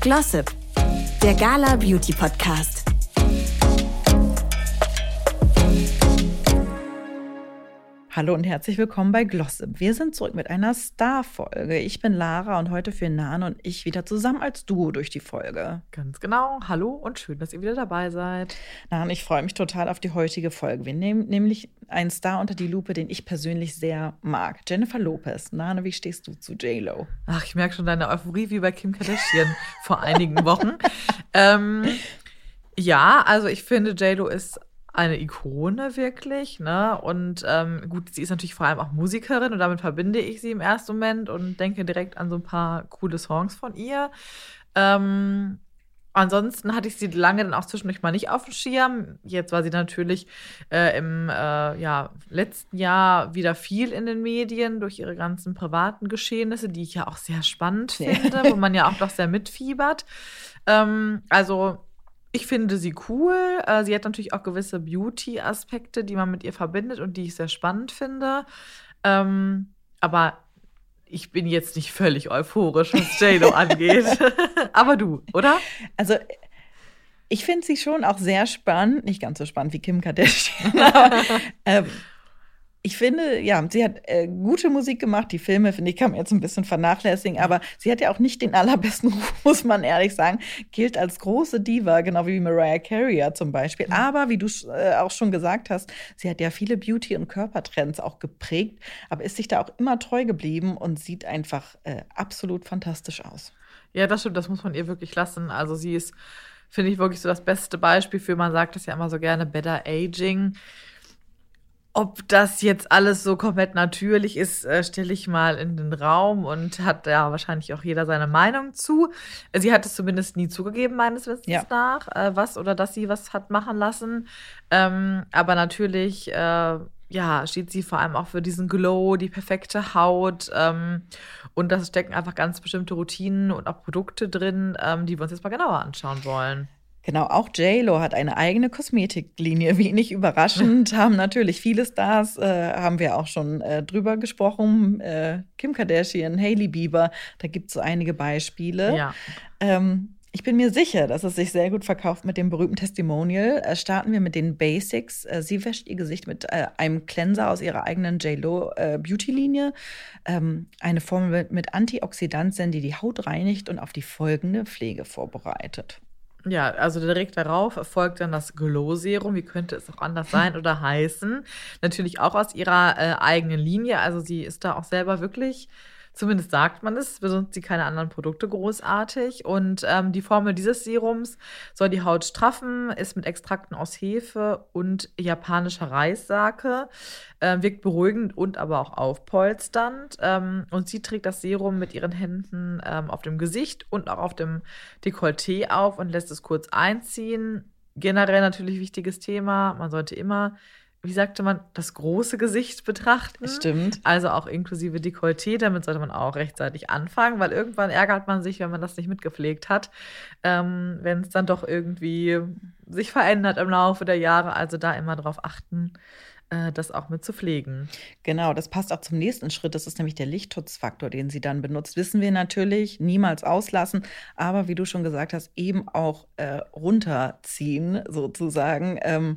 Glossip, der Gala Beauty Podcast. Hallo und herzlich willkommen bei Glossip. Wir sind zurück mit einer Star-Folge. Ich bin Lara und heute führen Nahn und ich wieder zusammen als Duo durch die Folge. Ganz genau. Hallo und schön, dass ihr wieder dabei seid. Nahn, ich freue mich total auf die heutige Folge. Wir nehmen nämlich einen Star unter die Lupe, den ich persönlich sehr mag. Jennifer Lopez. Nahn, wie stehst du zu J.Lo? Ach, ich merke schon deine Euphorie wie bei Kim Kardashian vor einigen Wochen. Ja, also ich finde, J.Lo ist eine Ikone wirklich, ne? Und gut, sie ist natürlich vor allem auch Musikerin und damit verbinde ich sie im ersten Moment und denke direkt an so ein paar coole Songs von ihr. Ansonsten hatte ich sie lange dann auch zwischendurch mal nicht auf dem Schirm. Jetzt war sie natürlich im letzten Jahr wieder viel in den Medien durch ihre ganzen privaten Geschehnisse, die ich ja auch sehr spannend finde, wo man ja auch doch sehr mitfiebert. Ich finde sie cool. Sie hat natürlich auch gewisse Beauty-Aspekte, die man mit ihr verbindet und die ich sehr spannend finde. Aber ich bin jetzt nicht völlig euphorisch, was J.Lo angeht. Aber du, oder? Also, ich finde sie schon auch sehr spannend. Nicht ganz so spannend wie Kim Kardashian, aber ich finde, ja, sie hat gute Musik gemacht. Die Filme, finde ich, kann man jetzt ein bisschen vernachlässigen. Aber sie hat ja auch nicht den allerbesten Ruf, muss man ehrlich sagen. Gilt als große Diva, genau wie Mariah Carey ja zum Beispiel. Mhm. Aber wie du auch schon gesagt hast, sie hat ja viele Beauty- und Körpertrends auch geprägt. Aber ist sich da auch immer treu geblieben und sieht einfach absolut fantastisch aus. Ja, das stimmt. Das muss man ihr wirklich lassen. Also sie ist, finde ich, wirklich so das beste Beispiel für, man sagt das ja immer so gerne, Better Aging. Ob das jetzt alles so komplett natürlich ist, stelle ich mal in den Raum und hat ja wahrscheinlich auch jeder seine Meinung zu. Sie hat es zumindest nie zugegeben, meines Wissens nach, dass sie was hat machen lassen. Aber natürlich, steht sie vor allem auch für diesen Glow, die perfekte Haut. Und da stecken einfach ganz bestimmte Routinen und auch Produkte drin, die wir uns jetzt mal genauer anschauen wollen. Genau, auch J.Lo hat eine eigene Kosmetiklinie. Wenig überraschend haben natürlich viele Stars, haben wir auch schon drüber gesprochen. Kim Kardashian, Hailey Bieber, da gibt es so einige Beispiele. Ja. Ich bin mir sicher, dass es sich sehr gut verkauft mit dem berühmten Testimonial. Starten wir mit den Basics. Sie wäscht ihr Gesicht mit einem Cleanser aus ihrer eigenen J.Lo Beauty-Linie. Eine Formel mit Antioxidantien, die die Haut reinigt und auf die folgende Pflege vorbereitet. Ja, also direkt darauf folgt dann das Glow-Serum. Wie könnte es auch anders sein oder heißen? Natürlich auch aus ihrer eigenen Linie. Also sie ist da auch selber wirklich, zumindest sagt man es, benutzt sie keine anderen Produkte großartig. Und die Formel dieses Serums soll die Haut straffen, ist mit Extrakten aus Hefe und japanischer Reissake, wirkt beruhigend und aber auch aufpolsternd. Und sie trägt das Serum mit ihren Händen auf dem Gesicht und auch auf dem Dekolleté auf und lässt es kurz einziehen. Generell natürlich wichtiges Thema. Man sollte immer, wie sagte man, das große Gesicht betrachten. Stimmt. Also auch inklusive Dekolleté. Damit sollte man auch rechtzeitig anfangen, weil irgendwann ärgert man sich, wenn man das nicht mitgepflegt hat. Wenn es dann doch irgendwie sich verändert im Laufe der Jahre. Also da immer drauf achten, das auch mit zu pflegen. Genau, das passt auch zum nächsten Schritt. Das ist nämlich der Lichtschutzfaktor, den sie dann benutzt. Wissen wir natürlich, niemals auslassen. Aber wie du schon gesagt hast, eben auch runterziehen sozusagen.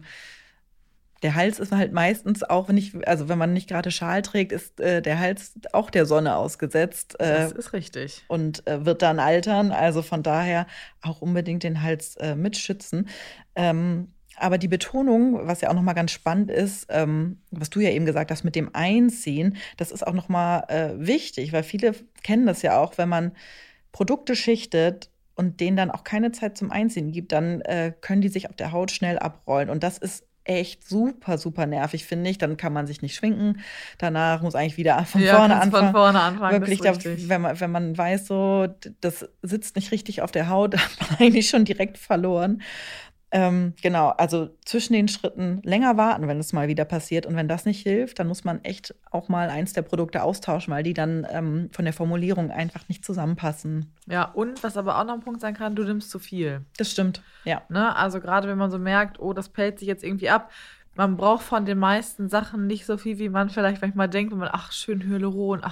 Der Hals ist halt meistens auch, wenn man nicht gerade Schal trägt, ist der Hals auch der Sonne ausgesetzt. Das ist richtig. Und wird dann altern. Also von daher auch unbedingt den Hals mitschützen. Aber die Betonung, was ja auch nochmal ganz spannend ist, was du ja eben gesagt hast mit dem Einziehen, das ist auch nochmal wichtig, weil viele kennen das ja auch, wenn man Produkte schichtet und denen dann auch keine Zeit zum Einziehen gibt, dann können die sich auf der Haut schnell abrollen. Und das ist echt super, super nervig, finde ich. Dann kann man sich nicht schminken. Danach muss eigentlich wieder von vorne anfangen. Von vorne anfangen. Wirklich, wenn man weiß, so, das sitzt nicht richtig auf der Haut, hat man eigentlich schon direkt verloren. Genau, also zwischen den Schritten länger warten, wenn es mal wieder passiert. Und wenn das nicht hilft, dann muss man echt auch mal eins der Produkte austauschen, weil die dann von der Formulierung einfach nicht zusammenpassen. Ja, und was aber auch noch ein Punkt sein kann, du nimmst zu viel. Das stimmt, ja. Ne? Also gerade wenn man so merkt, oh, das pellt sich jetzt irgendwie ab. Man braucht von den meisten Sachen nicht so viel, wie man vielleicht manchmal denkt, wenn man, ach, schön Hyaluron, ach,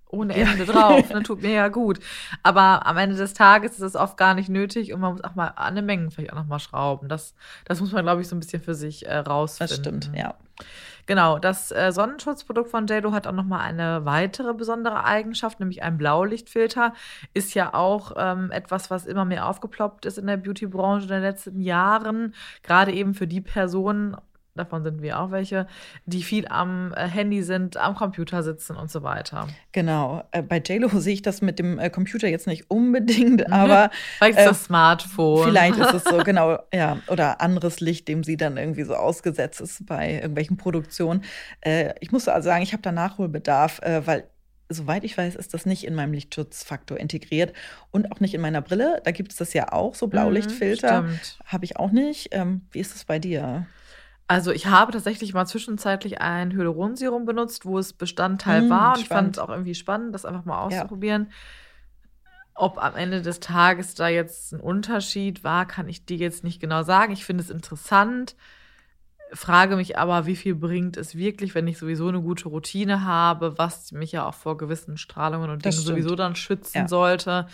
ohne Ende drauf. Ne? Tut mir ja gut. Aber am Ende des Tages ist es oft gar nicht nötig und man muss auch mal an den Mengen vielleicht auch noch mal schrauben. Das muss man, glaube ich, so ein bisschen für sich rausfinden. Das stimmt, ja. Genau, das Sonnenschutzprodukt von JLo hat auch noch mal eine weitere besondere Eigenschaft, nämlich ein Blaulichtfilter. Ist ja auch etwas, was immer mehr aufgeploppt ist in der Beautybranche in den letzten Jahren. Gerade eben für die Personen, davon sind wir auch welche, die viel am Handy sind, am Computer sitzen und so weiter. Genau. Bei JLo sehe ich das mit dem Computer jetzt nicht unbedingt, aber vielleicht ist das Smartphone. Vielleicht ist es so, genau, ja. Oder anderes Licht, dem sie dann irgendwie so ausgesetzt ist bei irgendwelchen Produktionen. Ich muss also sagen, ich habe da Nachholbedarf, weil soweit ich weiß, ist das nicht in meinem Lichtschutzfaktor integriert und auch nicht in meiner Brille. Da gibt es das ja auch, so Blaulichtfilter. Habe ich auch nicht. Wie ist es bei dir? Also ich habe tatsächlich mal zwischenzeitlich ein Hyaluronserum benutzt, wo es Bestandteil war. Und ich fand es auch irgendwie spannend, das einfach mal auszuprobieren. Ja. Ob am Ende des Tages da jetzt ein Unterschied war, kann ich dir jetzt nicht genau sagen. Ich finde es interessant. Frage mich aber, wie viel bringt es wirklich, wenn ich sowieso eine gute Routine habe, was mich ja auch vor gewissen Strahlungen und Dingen sowieso dann schützen sollte.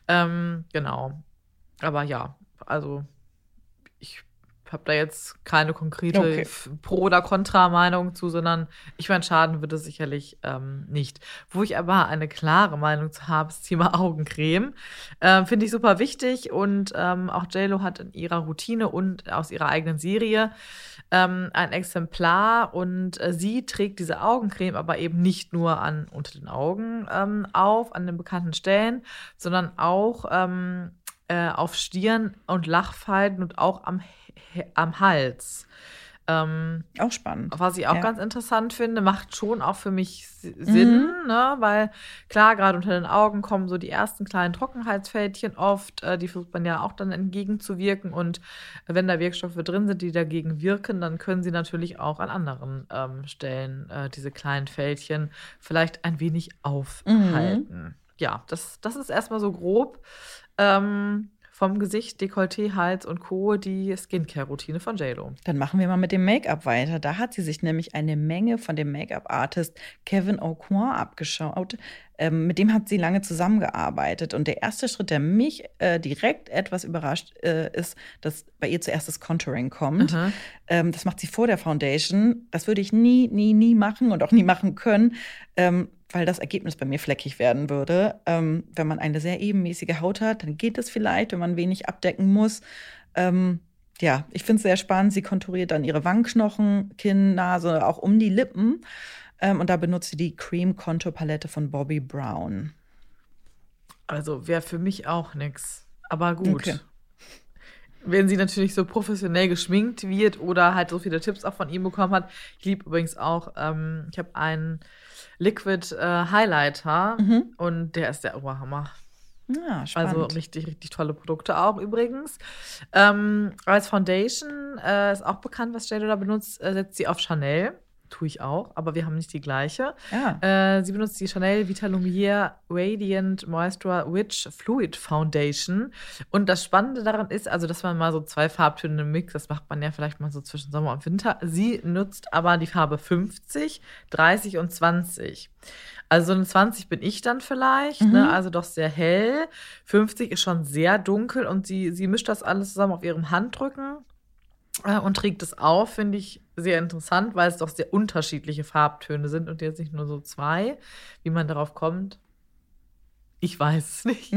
Genau. Aber ja, also ich habe da jetzt keine konkrete Pro- oder Kontra-Meinung zu, sondern ich meine, schaden wird es sicherlich nicht. Wo ich aber eine klare Meinung zu habe, ist das Thema Augencreme. Finde ich super wichtig und auch JLo hat in ihrer Routine und aus ihrer eigenen Serie ein Exemplar und sie trägt diese Augencreme aber eben nicht nur unter den Augen an den bekannten Stellen, sondern auch auf Stirn und Lachfalten und auch am Hals. Auch spannend. Was ich auch ganz interessant finde, macht schon auch für mich Sinn, ne? Weil klar, gerade unter den Augen kommen so die ersten kleinen Trockenheitsfältchen oft, die versucht man ja auch dann entgegenzuwirken und wenn da Wirkstoffe drin sind, die dagegen wirken, dann können sie natürlich auch an anderen Stellen diese kleinen Fältchen vielleicht ein wenig aufhalten. Ja, das ist erstmal so grob vom Gesicht, Dekolleté, Hals und Co. die Skincare-Routine von JLo. Dann machen wir mal mit dem Make-up weiter. Da hat sie sich nämlich eine Menge von dem Make-up-Artist Kevin Aucoin abgeschaut. Mit dem hat sie lange zusammengearbeitet. Und der erste Schritt, der mich direkt etwas überrascht, ist, dass bei ihr zuerst das Contouring kommt. Das macht sie vor der Foundation. Das würde ich nie machen und auch nie machen können, weil das Ergebnis bei mir fleckig werden würde. Wenn man eine sehr ebenmäßige Haut hat, dann geht es vielleicht, wenn man wenig abdecken muss. Ja, ich finde es sehr spannend. Sie konturiert dann ihre Wangenknochen, Kinn, Nase, auch um die Lippen. Und da benutzt sie die Cream Contour Palette von Bobbi Brown. Also wäre für mich auch nix. Aber gut. Okay. Wenn sie natürlich so professionell geschminkt wird oder halt so viele Tipps auch von ihm bekommen hat. Ich liebe übrigens auch, ich habe einen Liquid Highlighter und der ist der Oberhammer. Ja, spannend. Also richtig tolle Produkte auch übrigens. Als Foundation ist auch bekannt, was JLo da benutzt, setzt sie auf Chanel. Tue ich auch, aber wir haben nicht die gleiche. Ja. Sie benutzt die Chanel Vita Lumiere Radiant Moisture Witch Fluid Foundation. Und das Spannende daran ist, also dass man mal so 2 Farbtöne mixt, das macht man ja vielleicht mal so zwischen Sommer und Winter. Sie nutzt aber die Farbe 50, 30 und 20. Also so eine 20 bin ich dann vielleicht, ne? Also doch sehr hell. 50 ist schon sehr dunkel und sie mischt das alles zusammen auf ihrem Handrücken und trägt es auf, finde ich sehr interessant, weil es doch sehr unterschiedliche Farbtöne sind und jetzt nicht nur so 2, wie man darauf kommt. Ich weiß es nicht.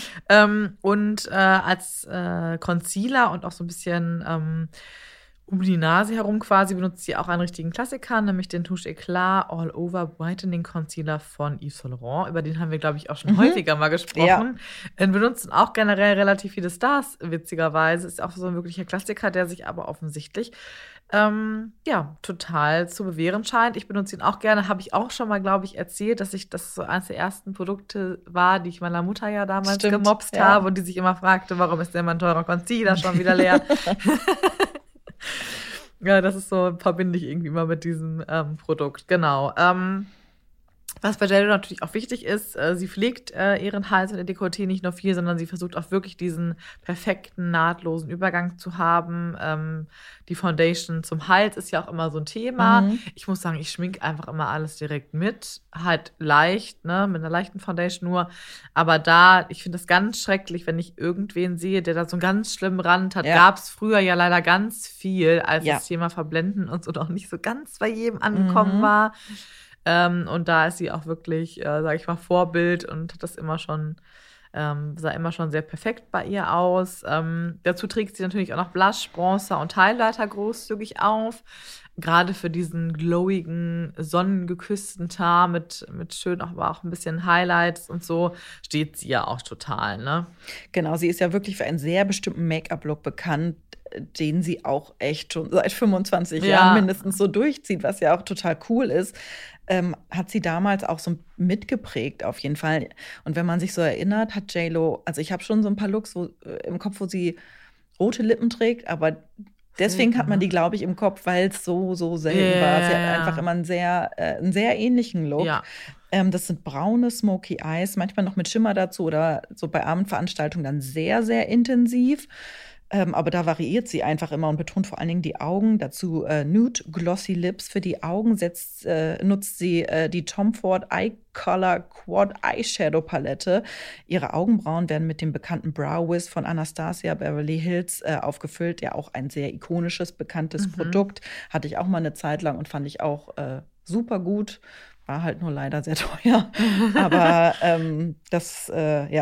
Und als Concealer und auch so ein bisschen um die Nase herum quasi benutzt sie auch einen richtigen Klassiker, nämlich den Touche Eclat All Over Brightening Concealer von Yves Saint Laurent. Über den haben wir, glaube ich, auch schon häufiger mal gesprochen. Ja. Benutzen auch generell relativ viele Stars, witzigerweise. Ist auch so ein wirklicher Klassiker, der sich aber offensichtlich total zu bewähren scheint. Ich benutze ihn auch gerne. Habe ich auch schon mal, glaube ich, erzählt, dass das so eines der ersten Produkte war, die ich meiner Mutter ja damals gemobst habe und die sich immer fragte, warum ist denn mein teurer Concealer schon wieder leer? Ja, das ist so, verbinde ich irgendwie immer mit diesem Produkt. Genau. Was bei JLo natürlich auch wichtig ist, sie pflegt ihren Hals und ihr Dekolleté nicht nur viel, sondern sie versucht auch wirklich diesen perfekten, nahtlosen Übergang zu haben. Die Foundation zum Hals ist ja auch immer so ein Thema. Ich muss sagen, ich schminke einfach immer alles direkt mit. Halt leicht, ne, mit einer leichten Foundation nur. Aber ich finde das ganz schrecklich, wenn ich irgendwen sehe, der da so einen ganz schlimmen Rand hat. Gab es früher ja leider ganz viel, als das Thema Verblenden und so noch nicht so ganz bei jedem angekommen war. Und da ist sie auch wirklich, sage ich mal, Vorbild und hat das immer schon, sah immer schon sehr perfekt bei ihr aus. Dazu trägt sie natürlich auch noch Blush, Bronzer und Highlighter großzügig auf. Gerade für diesen glowigen, sonnengeküssten Teint mit schön aber auch ein bisschen Highlights und so steht sie ja auch total, ne? Genau, sie ist ja wirklich für einen sehr bestimmten Make-up-Look bekannt, den sie auch echt schon seit 25 Jahren mindestens so durchzieht, was ja auch total cool ist. Hat sie damals auch so mitgeprägt auf jeden Fall. Und wenn man sich so erinnert, hat JLo, also ich habe schon so ein paar Looks im Kopf, wo sie rote Lippen trägt, aber deswegen hat man die, glaube ich, im Kopf, weil es so selten war. Sie hat einfach immer einen sehr ähnlichen Look. Ja. Das sind braune Smoky Eyes, manchmal noch mit Schimmer dazu oder so bei Abendveranstaltungen dann sehr, sehr intensiv. Aber da variiert sie einfach immer und betont vor allen Dingen die Augen. Dazu Nude Glossy Lips. Für die Augen nutzt sie die Tom Ford Eye Color Quad Eyeshadow Palette. Ihre Augenbrauen werden mit dem bekannten Brow Wiz von Anastasia Beverly Hills aufgefüllt. Ja, auch ein sehr ikonisches, bekanntes Produkt. Hatte ich auch mal eine Zeit lang und fand ich auch super gut. War halt nur leider sehr teuer. Aber das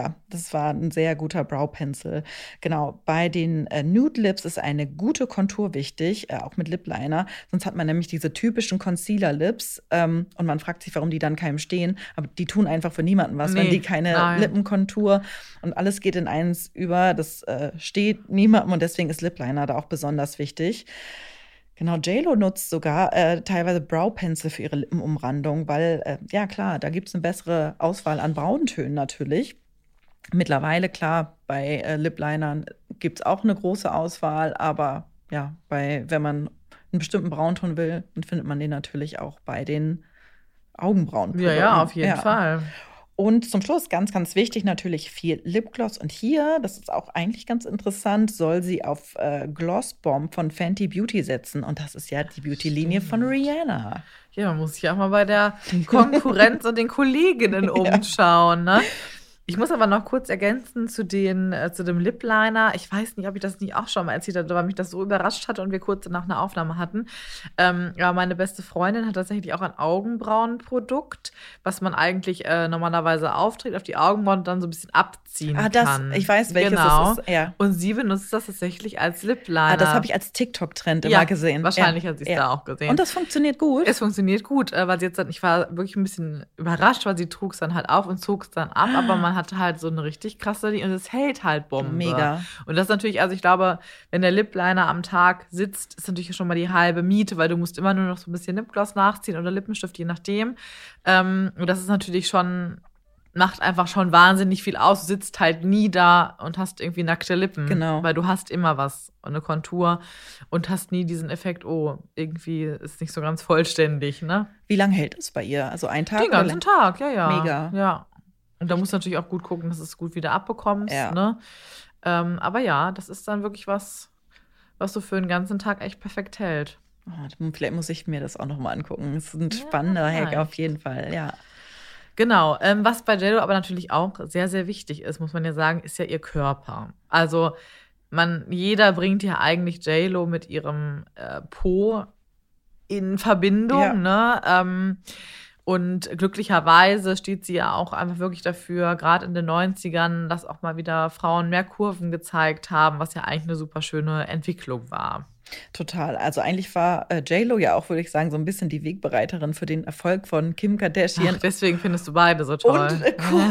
war ein sehr guter Brow Pencil. Genau, bei den Nude Lips ist eine gute Kontur wichtig, auch mit Lip Liner. Sonst hat man nämlich diese typischen Concealer Lips und man fragt sich, warum die dann keinem stehen. Aber die tun einfach für niemanden was, wenn die keine Lippenkontur und alles geht in eins über. Das steht niemandem und deswegen ist Lip Liner da auch besonders wichtig. Genau, JLo nutzt sogar teilweise Brow Pencil für ihre Lippenumrandung, weil, ja klar, da gibt es eine bessere Auswahl an Brauntönen natürlich. Mittlerweile, klar, bei Lip Linern gibt es auch eine große Auswahl, aber ja, wenn man einen bestimmten Braunton will, dann findet man den natürlich auch bei den Augenbrauen. Ja, auf jeden Fall. Und zum Schluss, ganz, ganz wichtig, natürlich viel Lipgloss. Und hier, das ist auch eigentlich ganz interessant, soll sie auf Gloss Bomb von Fenty Beauty setzen. Und das ist ja die Beauty-Linie von Rihanna. Ja, man muss sich auch mal bei der Konkurrenz und den Kolleginnen umschauen, ne? Ich muss aber noch kurz ergänzen zu dem Lip Liner. Ich weiß nicht, ob ich das nicht auch schon mal erzählt habe, weil mich das so überrascht hatte und wir kurz danach eine Aufnahme hatten. Ja, meine beste Freundin hat tatsächlich auch ein Augenbrauenprodukt, was man eigentlich normalerweise aufträgt auf die Augenbrauen und dann so ein bisschen abziehen kann. Ich weiß, welches das ist. Ja. Und sie benutzt das tatsächlich als Lip Liner. Das habe ich als TikTok-Trend immer gesehen. Wahrscheinlich hat sie es da auch gesehen. Und das funktioniert gut? Es funktioniert gut, weil sie jetzt ich war wirklich ein bisschen überrascht, weil sie trug es dann halt auf und zog es dann ab, aber man hat halt so eine richtig krasse, und es hält halt Bombe. Mega. Und das ist natürlich, also ich glaube, wenn der Lip Liner am Tag sitzt, ist natürlich schon mal die halbe Miete, weil du musst immer nur noch so ein bisschen Lipgloss nachziehen oder Lippenstift, je nachdem. Und das ist natürlich macht einfach schon wahnsinnig viel aus. Du sitzt halt nie da und hast irgendwie nackte Lippen. Genau. Weil du hast immer was, eine Kontur und hast nie diesen Effekt, oh, irgendwie ist nicht so ganz vollständig, ne? Wie lange hält es bei ihr? Also ein Tag? Den ganzen Tag, ja. Mega. Ja. Und da musst du natürlich auch gut gucken, dass du es gut wieder abbekommst. Ja. Ne? Aber ja, das ist dann wirklich was du für den ganzen Tag echt perfekt hält. Oh, vielleicht muss ich mir das auch noch mal angucken. Das ist ein spannender Hack auf jeden Fall, ja. Genau. Was bei JLo aber natürlich auch sehr, sehr wichtig ist, muss man ja sagen, ist ja ihr Körper. Also jeder bringt ja eigentlich JLo mit ihrem Po in Verbindung, ne? Und glücklicherweise steht sie ja auch einfach wirklich dafür, gerade in den 90ern, dass auch mal wieder Frauen mehr Kurven gezeigt haben, was ja eigentlich eine super schöne Entwicklung war. Total. Also eigentlich war JLo ja auch, würde ich sagen, so ein bisschen die Wegbereiterin für den Erfolg von Kim Kardashian. Ach, deswegen findest du beide so toll. Und cool.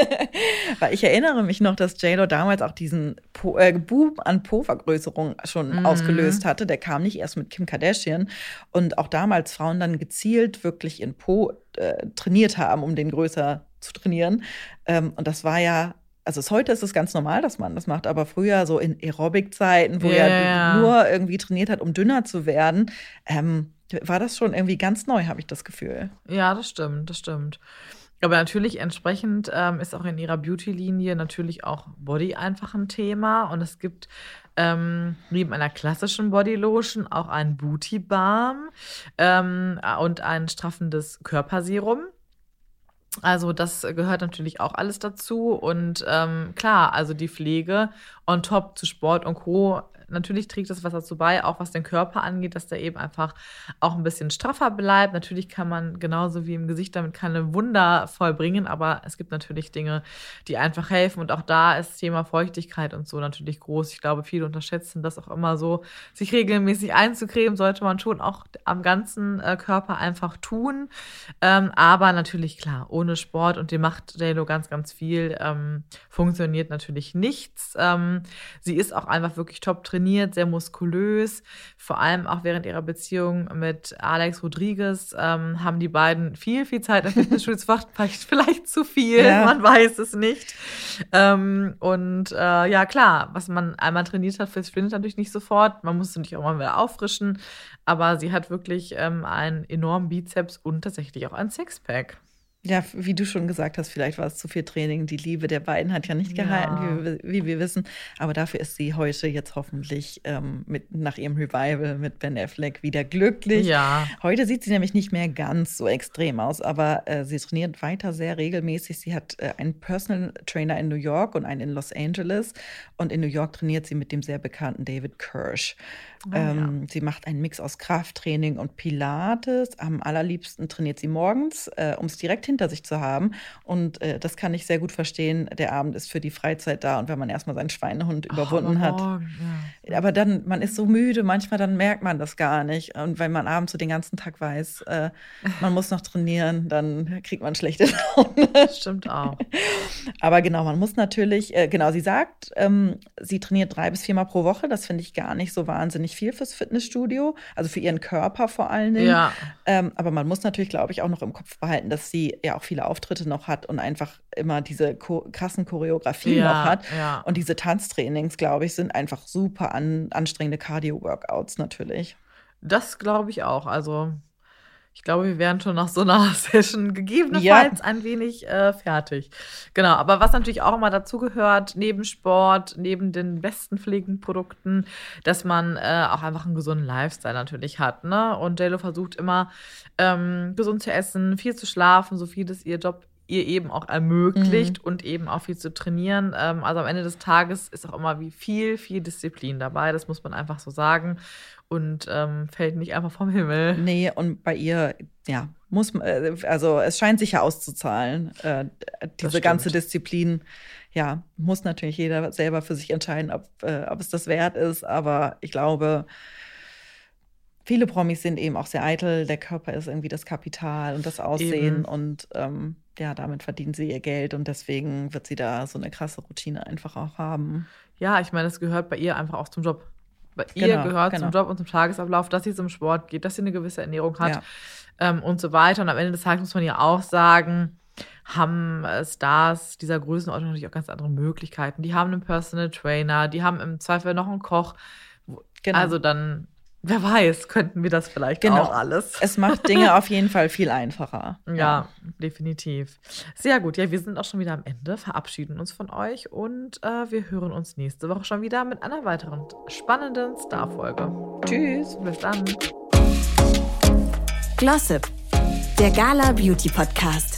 Weil ich erinnere mich noch, dass JLo damals auch diesen Boom an Po-Vergrößerung schon ausgelöst hatte. Der kam nicht erst mit Kim Kardashian. Und auch damals Frauen dann gezielt wirklich in Po trainiert haben, um den größer zu trainieren. Und das war ja, also heute ist es ganz normal, dass man das macht, aber früher so in Aerobic-Zeiten, wo er nur irgendwie trainiert hat, um dünner zu werden, war das schon irgendwie ganz neu, habe ich das Gefühl. Ja, das stimmt. Aber natürlich entsprechend ist auch in ihrer Beauty-Linie natürlich auch Body einfach ein Thema. Und es gibt neben einer klassischen Bodylotion auch einen Booty-Balm und ein straffendes Körperserum. Also das gehört natürlich auch alles dazu. Und klar, also die Pflege on top zu Sport und Co., natürlich trägt das was dazu bei, auch was den Körper angeht, dass der eben einfach auch ein bisschen straffer bleibt. Natürlich kann man genauso wie im Gesicht damit keine Wunder vollbringen, aber es gibt natürlich Dinge, die einfach helfen. Und auch da ist das Thema Feuchtigkeit und so natürlich groß. Ich glaube, viele unterschätzen das auch immer so. Sich regelmäßig einzucremen sollte man schon auch am ganzen Körper einfach tun. Aber natürlich, klar, ohne Sport, und die macht JLo ganz, ganz viel, funktioniert natürlich nichts. Sie ist auch einfach wirklich top trainiert, sehr muskulös. Vor allem auch während ihrer Beziehung mit Alex Rodriguez haben die beiden viel, viel Zeit im Fitnessstudio verbracht. Vielleicht zu viel, man weiß es nicht. Ja, klar, was man einmal trainiert hat, verschwindet natürlich nicht sofort. Man muss es natürlich auch mal wieder auffrischen. Aber sie hat wirklich einen enormen Bizeps und tatsächlich auch ein Sixpack. Ja, wie du schon gesagt hast, vielleicht war es zu viel Training. Die Liebe der beiden hat ja nicht gehalten, wie wir wissen. Aber dafür ist sie heute jetzt hoffentlich nach ihrem Revival mit Ben Affleck wieder glücklich. Ja. Heute sieht sie nämlich nicht mehr ganz so extrem aus, aber sie trainiert weiter sehr regelmäßig. Sie hat einen Personal Trainer in New York und einen in Los Angeles. Und in New York trainiert sie mit dem sehr bekannten David Kirsch. Sie macht einen Mix aus Krafttraining und Pilates. Am allerliebsten trainiert sie morgens, um es direkt hinter sich zu haben. Und das kann ich sehr gut verstehen. Der Abend ist für die Freizeit da. Und wenn man erstmal seinen Schweinehund überwunden hat. Aber dann, man ist so müde, manchmal dann merkt man das gar nicht. Und wenn man abends so den ganzen Tag weiß, man muss noch trainieren, dann kriegt man schlechte Laune. Stimmt auch. Aber genau, man muss natürlich, sie sagt, sie trainiert 3 bis 4 Mal pro Woche. Das finde ich gar nicht so wahnsinnig viel fürs Fitnessstudio, also für ihren Körper vor allen Dingen. Ja. Aber man muss natürlich, glaube ich, auch noch im Kopf behalten, dass sie ja auch viele Auftritte noch hat und einfach immer diese krassen Choreografien noch hat. Ja. Und diese Tanztrainings, glaube ich, sind einfach super anstrengende Cardio-Workouts natürlich. Das glaube ich auch. Also ich glaube, wir wären schon nach so einer Session gegebenenfalls ein wenig fertig. Genau, aber was natürlich auch immer dazugehört, neben Sport, neben den besten Pflegeprodukten, dass man auch einfach einen gesunden Lifestyle natürlich hat, ne? Und JLo versucht immer, gesund zu essen, viel zu schlafen, so viel es ihr Job ihr eben auch ermöglicht und eben auch viel zu trainieren. Also am Ende des Tages ist auch immer viel Disziplin dabei, das muss man einfach so sagen. Und fällt nicht einfach vom Himmel. Nee, und bei ihr, ja, muss man, also es scheint sich ja auszuzahlen. Diese ganze Disziplin, ja, muss natürlich jeder selber für sich entscheiden, ob es das wert ist. Aber ich glaube, viele Promis sind eben auch sehr eitel. Der Körper ist irgendwie das Kapital und das Aussehen. Eben. Und damit verdienen sie ihr Geld. Und deswegen wird sie da so eine krasse Routine einfach auch haben. Ja, ich meine, das gehört bei ihr einfach auch zum Job. Bei ihr gehört zum Job und zum Tagesablauf, dass sie zum Sport geht, dass sie eine gewisse Ernährung hat und so weiter. Und am Ende des Tages muss man ja auch sagen, haben Stars dieser Größenordnung natürlich auch ganz andere Möglichkeiten. Die haben einen Personal Trainer, die haben im Zweifel noch einen Koch. Genau. Also dann, wer weiß, könnten wir das vielleicht auch alles. Es macht Dinge auf jeden Fall viel einfacher. Ja, definitiv. Sehr gut. Ja, wir sind auch schon wieder am Ende, verabschieden uns von euch und wir hören uns nächste Woche schon wieder mit einer weiteren spannenden Star-Folge. Tschüss. Bis dann. Glossip, der Gala Beauty Podcast.